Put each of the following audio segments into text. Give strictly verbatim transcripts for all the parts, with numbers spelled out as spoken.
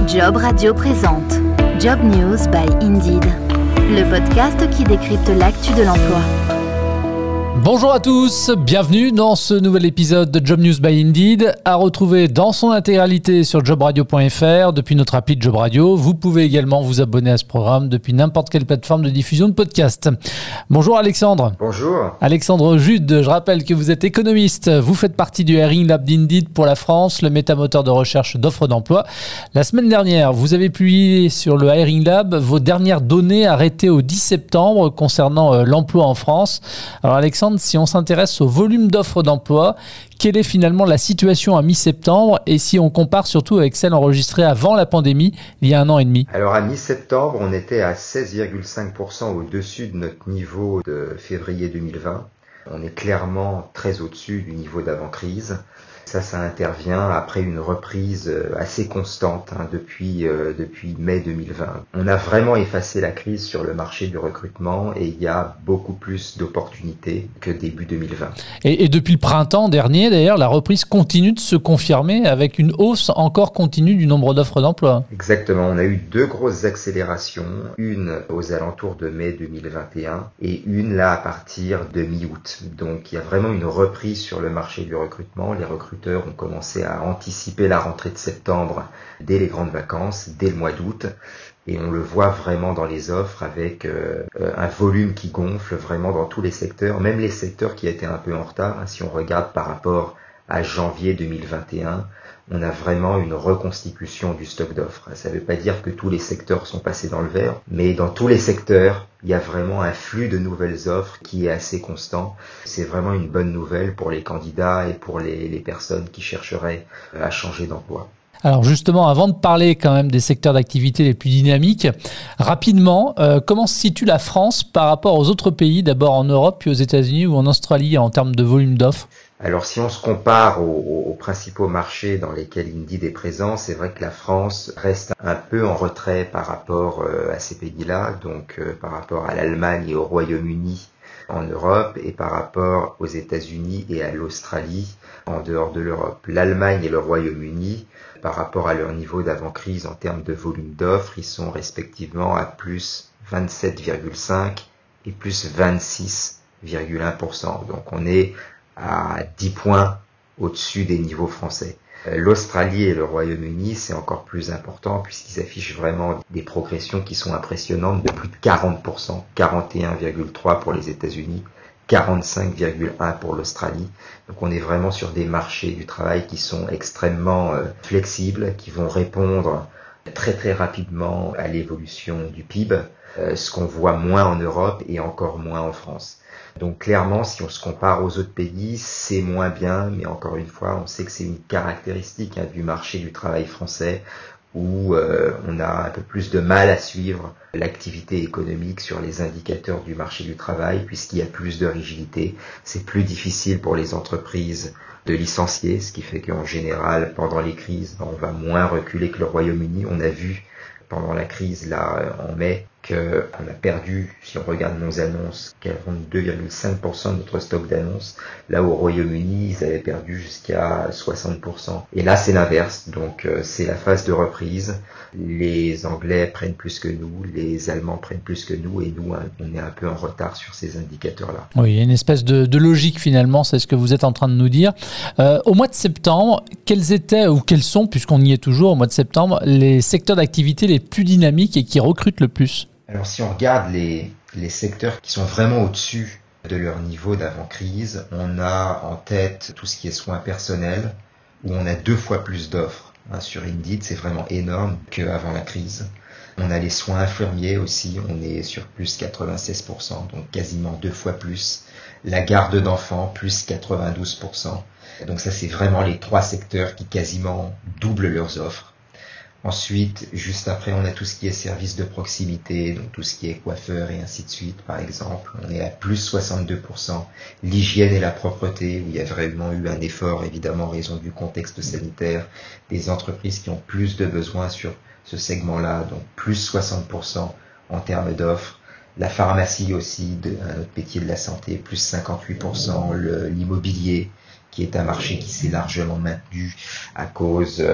Job Radio présente Job News by Indeed, le podcast qui décrypte l'actu de l'emploi. Bonjour à tous, bienvenue dans ce nouvel épisode de Job News by Indeed, à retrouver dans son intégralité sur job radio point f r depuis notre appli Job Radio. Vous pouvez également vous abonner à ce programme depuis n'importe quelle plateforme de diffusion de podcast. Bonjour Alexandre. Bonjour. Alexandre Jude, je rappelle que vous êtes économiste. Vous faites partie du Hiring Lab d'Indeed pour la France, le métamoteur de recherche d'offres d'emploi. La semaine dernière, vous avez publié sur le Hiring Lab vos dernières données arrêtées au dix septembre concernant euh, l'emploi en France. Alors Alexandre, si on s'intéresse au volume d'offres d'emploi, quelle est finalement la situation à mi-septembre et si on compare surtout avec celle enregistrée avant la pandémie, il y a un an et demi? Alors à mi-septembre, on était à seize virgule cinq pour cent au-dessus de notre niveau de février deux mille vingt. On est clairement très au-dessus du niveau d'avant-crise. Ça, ça intervient après une reprise assez constante hein, depuis, euh, depuis mai deux mille vingt. On a vraiment effacé la crise sur le marché du recrutement et il y a beaucoup plus d'opportunités que début deux mille vingt. Et, et depuis le printemps dernier, d'ailleurs, la reprise continue de se confirmer avec une hausse encore continue du nombre d'offres d'emploi. Exactement, on a eu deux grosses accélérations, une aux alentours de mai deux mille vingt et un et une là à partir de mi-août. Donc il y a vraiment une reprise sur le marché du recrutement. Les recruteurs ont commencé à anticiper la rentrée de septembre dès les grandes vacances, dès le mois d'août. Et on le voit vraiment dans les offres avec euh, un volume qui gonfle vraiment dans tous les secteurs, même les secteurs qui étaient un peu en retard. Si on regarde par rapport à janvier deux mille vingt et un, on a vraiment une reconstitution du stock d'offres. Ça ne veut pas dire que tous les secteurs sont passés dans le vert, mais dans tous les secteurs, il y a vraiment un flux de nouvelles offres qui est assez constant. C'est vraiment une bonne nouvelle pour les candidats et pour les, les personnes qui chercheraient à changer d'emploi. Alors justement, avant de parler quand même des secteurs d'activité les plus dynamiques, rapidement, euh, comment se situe la France par rapport aux autres pays, d'abord en Europe, puis aux États-Unis ou en Australie en termes de volume d'offres? Alors si on se compare aux, aux principaux marchés dans lesquels Indeed est présent, c'est vrai que la France reste un peu en retrait par rapport euh, à ces pays-là, donc euh, par rapport à l'Allemagne et au Royaume-Uni en Europe et par rapport aux États-Unis et à l'Australie en dehors de l'Europe. L'Allemagne et le Royaume-Uni, par rapport à leur niveau d'avant-crise en termes de volume d'offres, ils sont respectivement à plus vingt-sept virgule cinq et plus vingt-six virgule un pour cent. Donc on est à dix points au-dessus des niveaux français. L'Australie et le Royaume-Uni, c'est encore plus important puisqu'ils affichent vraiment des progressions qui sont impressionnantes de plus de quarante pour cent, quarante et un virgule trois pour les États-Unis, quarante-cinq virgule un pour l'Australie. Donc on est vraiment sur des marchés du travail qui sont extrêmement euh, flexibles, qui vont répondre très très rapidement à l'évolution du P I B, euh, ce qu'on voit moins en Europe et encore moins en France. Donc clairement, si on se compare aux autres pays, c'est moins bien, mais encore une fois, on sait que c'est une caractéristique hein, du marché du travail français où euh, on a un peu plus de mal à suivre l'activité économique sur les indicateurs du marché du travail puisqu'il y a plus de rigidité. C'est plus difficile pour les entreprises de licencier, ce qui fait qu'en général, pendant les crises, on va moins reculer que le Royaume-Uni. On a vu pendant la crise là en mai qu'on a perdu, si on regarde nos annonces, quarante-deux virgule cinq pour cent de notre stock d'annonces. Là, au Royaume-Uni, ils avaient perdu jusqu'à soixante pour cent. Et là, c'est l'inverse. Donc, euh, c'est la phase de reprise. Les Anglais prennent plus que nous, les Allemands prennent plus que nous, et nous, hein, on est un peu en retard sur ces indicateurs-là. Oui, il y a une espèce de, de logique finalement, c'est ce que vous êtes en train de nous dire. Euh, au mois de septembre, quels étaient, ou quels sont, puisqu'on y est toujours au mois de septembre, les secteurs d'activité les plus dynamiques et qui recrutent le plus ? Alors si on regarde les, les secteurs qui sont vraiment au-dessus de leur niveau d'avant-crise, on a en tête tout ce qui est soins personnels, où on a deux fois plus d'offres hein, sur Indeed, c'est vraiment énorme qu'avant la crise. On a les soins infirmiers aussi, on est sur plus quatre-vingt-seize pour cent, donc quasiment deux fois plus. La garde d'enfants, plus quatre-vingt-douze pour cent. Donc ça, c'est vraiment les trois secteurs qui quasiment doublent leurs offres. Ensuite, juste après, on a tout ce qui est services de proximité, donc tout ce qui est coiffeur et ainsi de suite, par exemple. On est à plus soixante-deux pour cent. L'hygiène et la propreté, où il y a vraiment eu un effort, évidemment, en raison du contexte sanitaire, des entreprises qui ont plus de besoins sur ce segment-là, donc plus soixante pour cent en termes d'offres. La pharmacie aussi, de, un autre métier de la santé, plus cinquante-huit pour cent. Le, l'immobilier, qui est un marché qui s'est largement maintenu à cause... Euh,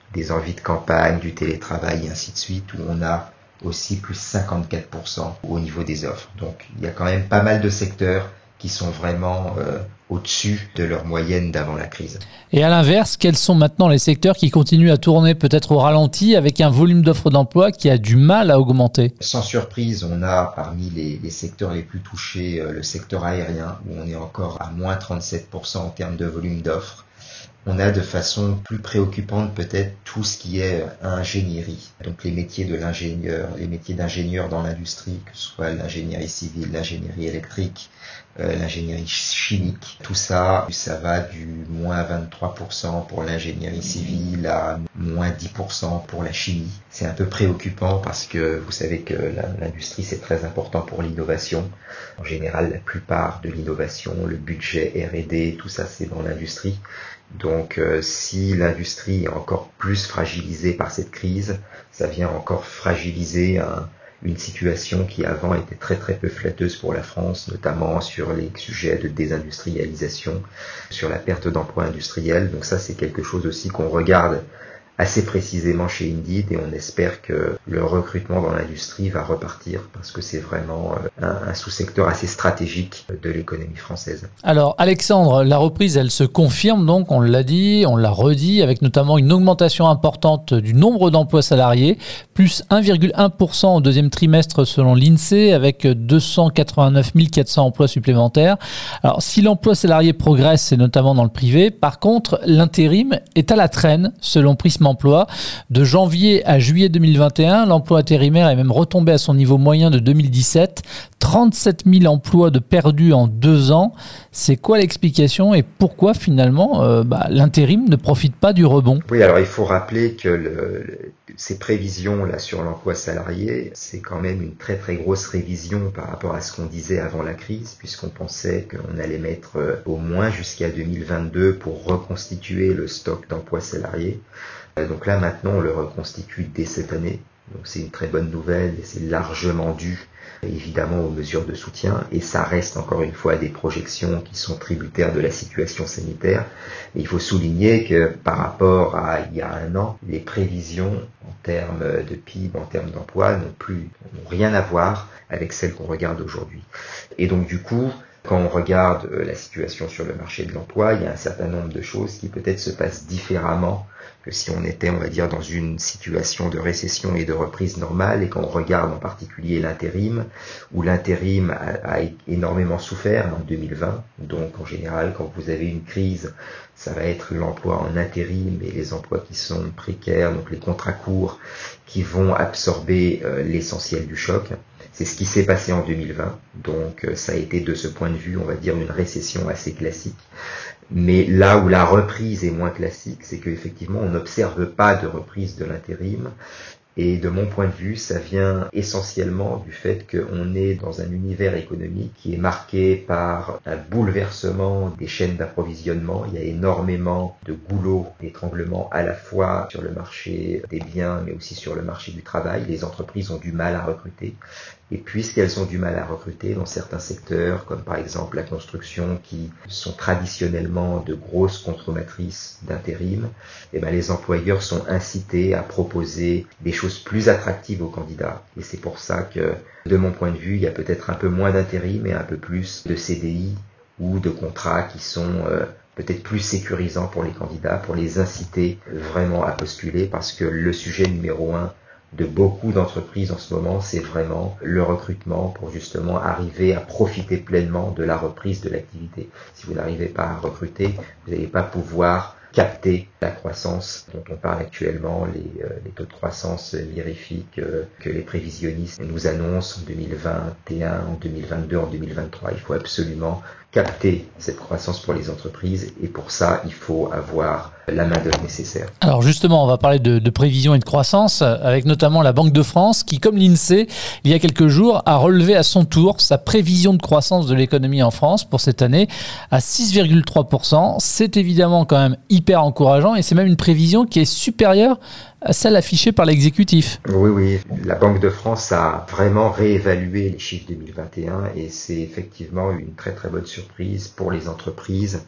des envies de campagne, du télétravail et ainsi de suite, où on a aussi plus cinquante-quatre pour cent au niveau des offres. Donc il y a quand même pas mal de secteurs qui sont vraiment euh, au-dessus de leur moyenne d'avant la crise. Et à l'inverse, quels sont maintenant les secteurs qui continuent à tourner peut-être au ralenti avec un volume d'offres d'emploi qui a du mal à augmenter? Sans surprise, on a parmi les, les secteurs les plus touchés euh, le secteur aérien, où on est encore à moins trente-sept pour cent en termes de volume d'offres. On a de façon plus préoccupante peut-être tout ce qui est ingénierie, donc les métiers de l'ingénieur, les métiers d'ingénieur dans l'industrie, que ce soit l'ingénierie civile, l'ingénierie électrique, euh, l'ingénierie chimique. Tout ça, ça va du moins vingt-trois pour cent pour l'ingénierie civile à moins dix pour cent pour la chimie. C'est un peu préoccupant parce que vous savez que l'industrie c'est très important pour l'innovation. En général, la plupart de l'innovation, le budget R et D, tout ça c'est dans l'industrie. Donc euh, si l'industrie est encore plus fragilisée par cette crise, ça vient encore fragiliser un, une situation qui avant était très très peu flatteuse pour la France, notamment sur les sujets de désindustrialisation, sur la perte d'emplois industriels. Donc ça c'est quelque chose aussi qu'on regarde assez précisément chez Indeed et on espère que le recrutement dans l'industrie va repartir parce que c'est vraiment un, un sous-secteur assez stratégique de l'économie française. Alors Alexandre, la reprise elle se confirme donc, on l'a dit, on l'a redit, avec notamment une augmentation importante du nombre d'emplois salariés, plus un virgule un pour cent au deuxième trimestre selon l'INSEE avec deux cent quatre-vingt-neuf mille quatre cents emplois supplémentaires. Alors si l'emploi salarié progresse, c'est notamment dans le privé, par contre l'intérim est à la traîne selon Prisma Emploi. De janvier à juillet deux mille vingt et un, l'emploi intérimaire est même retombé à son niveau moyen de deux mille dix-sept. trente-sept mille emplois de perdus en deux ans. C'est quoi l'explication et pourquoi finalement euh, bah, l'intérim ne profite pas du rebond? Oui, alors il faut rappeler que le, le, ces prévisions là sur l'emploi salarié, c'est quand même une très très grosse révision par rapport à ce qu'on disait avant la crise, puisqu'on pensait qu'on allait mettre euh, au moins jusqu'à deux mille vingt-deux pour reconstituer le stock d'emplois salariés. Donc là, maintenant, on le reconstitue dès cette année. Donc c'est une très bonne nouvelle et c'est largement dû, évidemment, aux mesures de soutien. Et ça reste, encore une fois, des projections qui sont tributaires de la situation sanitaire. Et il faut souligner que par rapport à il y a un an, les prévisions en termes de P I B, en termes d'emploi, n'ont plus, n'ont rien à voir avec celles qu'on regarde aujourd'hui. Et donc, du coup, quand on regarde la situation sur le marché de l'emploi, il y a un certain nombre de choses qui peut-être se passent différemment que si on était, on va dire, dans une situation de récession et de reprise normale, et qu'on regarde en particulier l'intérim, où l'intérim a, a énormément souffert en deux mille vingt. Donc, en général, quand vous avez une crise, ça va être l'emploi en intérim et les emplois qui sont précaires, donc les contrats courts, qui vont absorber euh, l'essentiel du choc. C'est ce qui s'est passé en deux mille vingt. Donc, euh, ça a été de ce point de vue, on va dire, une récession assez classique. Mais là où la reprise est moins classique, c'est qu'effectivement, on n'observe pas de reprise de l'intérim. Et de mon point de vue, ça vient essentiellement du fait qu'on est dans un univers économique qui est marqué par un bouleversement des chaînes d'approvisionnement. Il y a énormément de goulots d'étranglement à la fois sur le marché des biens, mais aussi sur le marché du travail. Les entreprises ont du mal à recruter. Et puisqu'elles ont du mal à recruter dans certains secteurs, comme par exemple la construction, qui sont traditionnellement de grosses consommatrices d'intérim, eh ben les employeurs sont incités à proposer des choses plus attractives aux candidats. Et c'est pour ça que, de mon point de vue, il y a peut-être un peu moins d'intérim et un peu plus de C D I ou de contrats qui sont euh, peut-être plus sécurisants pour les candidats, pour les inciter vraiment à postuler, parce que le sujet numéro un de beaucoup d'entreprises en ce moment, c'est vraiment le recrutement pour justement arriver à profiter pleinement de la reprise de l'activité. Si vous n'arrivez pas à recruter, vous n'allez pas pouvoir capter la croissance dont on parle actuellement, les, euh, les taux de croissance mirifiques euh, que les prévisionnistes nous annoncent en deux mille vingt et un, en deux mille vingt-deux, en deux mille vingt-trois. Il faut absolument capter cette croissance pour les entreprises et pour ça, il faut avoir la main-d'œuvre nécessaire. Alors justement, on va parler de, de prévision et de croissance avec notamment la Banque de France qui, comme l'INSEE, il y a quelques jours, a relevé à son tour sa prévision de croissance de l'économie en France pour cette année à six virgule trois pour cent. C'est évidemment quand même hyper encourageant et c'est même une prévision qui est supérieure à celle affichée par l'exécutif. Oui, oui. La Banque de France a vraiment réévalué les chiffres deux mille vingt et un et c'est effectivement une très très bonne surprise pour les entreprises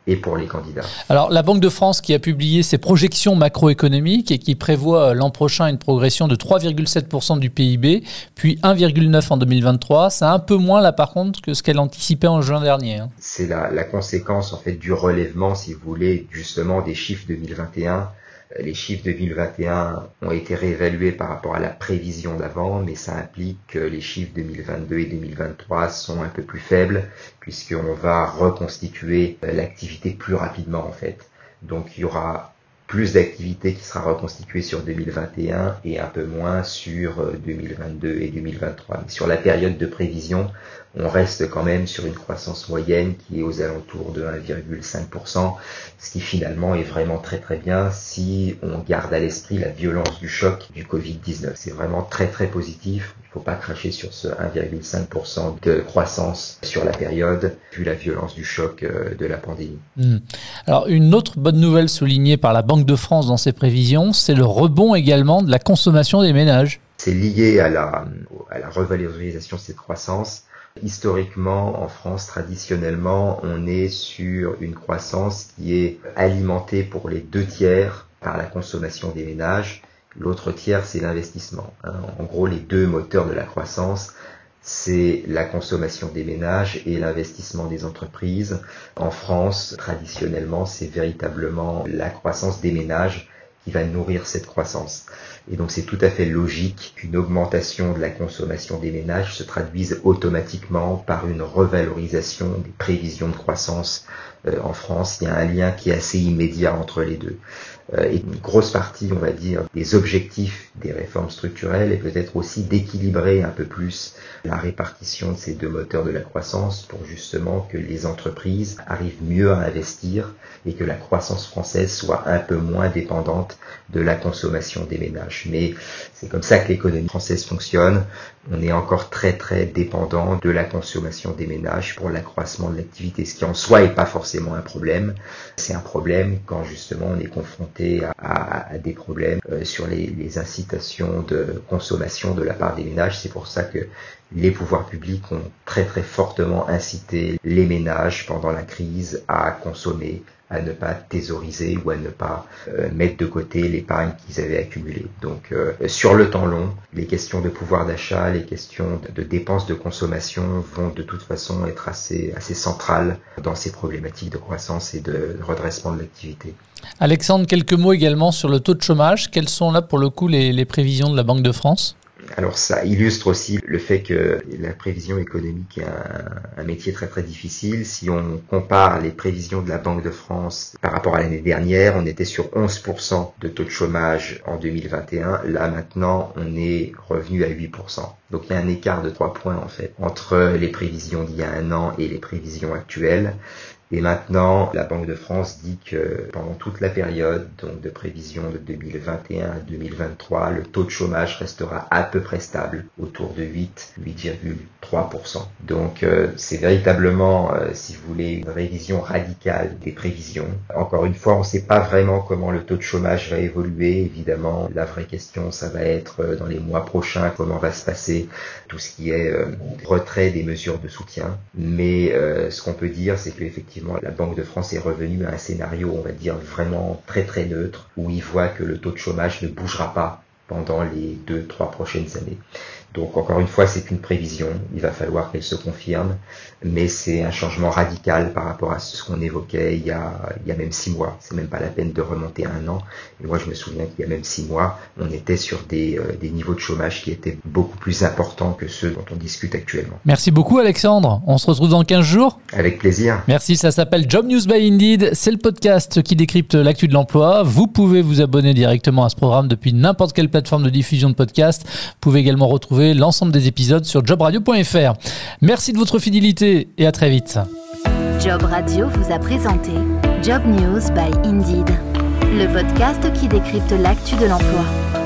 et pour les candidats. Alors, la Banque de France qui a publié ses projections macroéconomiques et qui prévoit l'an prochain une progression de trois virgule sept pour cent du P I B, puis un virgule neuf pour cent en deux mille vingt-trois, c'est un peu moins là par contre que ce qu'elle anticipait en juin dernier. Hein. C'est la, la conséquence en fait du relèvement, si vous voulez, justement des chiffres deux mille vingt et un. Les chiffres deux mille vingt et un ont été réévalués par rapport à la prévision d'avant, mais ça implique que les chiffres deux mille vingt-deux et deux mille vingt-trois sont un peu plus faibles, puisqu'on va reconstituer l'activité plus rapidement en fait. Donc il y aura plus d'activité qui sera reconstituée sur deux mille vingt et un et un peu moins sur deux mille vingt-deux et deux mille vingt-trois. Mais sur la période de prévision, on reste quand même sur une croissance moyenne qui est aux alentours de un virgule cinq pour cent, ce qui finalement est vraiment très très bien si on garde à l'esprit la violence du choc du covid dix-neuf. C'est vraiment très très positif. Il ne faut pas cracher sur ce un virgule cinq pour cent de croissance sur la période, vu la violence du choc de la pandémie. Mmh. Alors une autre bonne nouvelle soulignée par la Banque de France dans ses prévisions, c'est le rebond également de la consommation des ménages. C'est lié à la, à la revalorisation de cette croissance. Historiquement, en France, traditionnellement, on est sur une croissance qui est alimentée pour les deux tiers par la consommation des ménages. L'autre tiers, c'est l'investissement. En gros, les deux moteurs de la croissance, c'est la consommation des ménages et l'investissement des entreprises. En France, traditionnellement, c'est véritablement la croissance des ménages qui va nourrir cette croissance. Et donc c'est tout à fait logique qu'une augmentation de la consommation des ménages se traduise automatiquement par une revalorisation des prévisions de croissance euh, en France. Il y a un lien qui est assez immédiat entre les deux. Euh, et une grosse partie, on va dire, des objectifs des réformes structurelles est peut-être aussi d'équilibrer un peu plus la répartition de ces deux moteurs de la croissance pour justement que les entreprises arrivent mieux à investir et que la croissance française soit un peu moins dépendante de la consommation des ménages. Mais c'est comme ça que l'économie française fonctionne. On est encore très très dépendant de la consommation des ménages pour l'accroissement de l'activité, ce qui en soi n'est pas forcément un problème. C'est un problème quand justement on est confronté à, à, à des problèmes euh, sur les, les incitations de consommation de la part des ménages. C'est pour ça que les pouvoirs publics ont très très fortement incité les ménages pendant la crise à consommer, à ne pas thésauriser ou à ne pas euh, mettre de côté l'épargne qu'ils avaient accumulée. Donc euh, sur le temps long, les questions de pouvoir d'achat, les questions de, de dépenses de consommation vont de toute façon être assez, assez centrales dans ces problématiques de croissance et de redressement de l'activité. Alexandre, quelques mots également sur le taux de chômage. Quelles sont là pour le coup les, les prévisions de la Banque de France ? Alors ça illustre aussi le fait que la prévision économique est un, un métier très très difficile. Si on compare les prévisions de la Banque de France par rapport à l'année dernière, on était sur onze pour cent de taux de chômage en deux mille vingt et un. Là maintenant, on est revenu à huit pour cent. Donc il y a un écart de trois points en fait entre les prévisions d'il y a un an et les prévisions actuelles. Et maintenant, la Banque de France dit que pendant toute la période donc de prévision de deux mille vingt et un à deux mille vingt-trois, le taux de chômage restera à peu près stable, autour de huit, huit virgule trois pour cent. Donc euh, c'est véritablement, euh, si vous voulez, une révision radicale des prévisions. Encore une fois, on ne sait pas vraiment comment le taux de chômage va évoluer. Évidemment, la vraie question, ça va être euh, dans les mois prochains, comment va se passer tout ce qui est euh, retrait des mesures de soutien. Mais euh, ce qu'on peut dire, c'est qu'effectivement, la Banque de France est revenue à un scénario, on va dire, vraiment très très neutre, où il voit que le taux de chômage ne bougera pas pendant les deux, trois prochaines années. Donc encore une fois, c'est une prévision, il va falloir qu'elle se confirme, mais c'est un changement radical par rapport à ce qu'on évoquait il y a, il y a même six mois. C'est même pas la peine de remonter à un an. Et moi, je me souviens qu'il y a même six mois, on était sur des, euh, des niveaux de chômage qui étaient beaucoup plus importants que ceux dont on discute actuellement. Merci beaucoup Alexandre, on se retrouve dans quinze jours. Avec plaisir. Merci, ça s'appelle Job News by Indeed, c'est le podcast qui décrypte l'actu de l'emploi. Vous pouvez vous abonner directement à ce programme depuis n'importe quelle plateforme de diffusion de podcast. Vous pouvez également retrouver l'ensemble des épisodes sur job radio point f r. Merci de votre fidélité et à très vite. Job Radio vous a présenté Job News by Indeed, le podcast qui décrypte l'actu de l'emploi.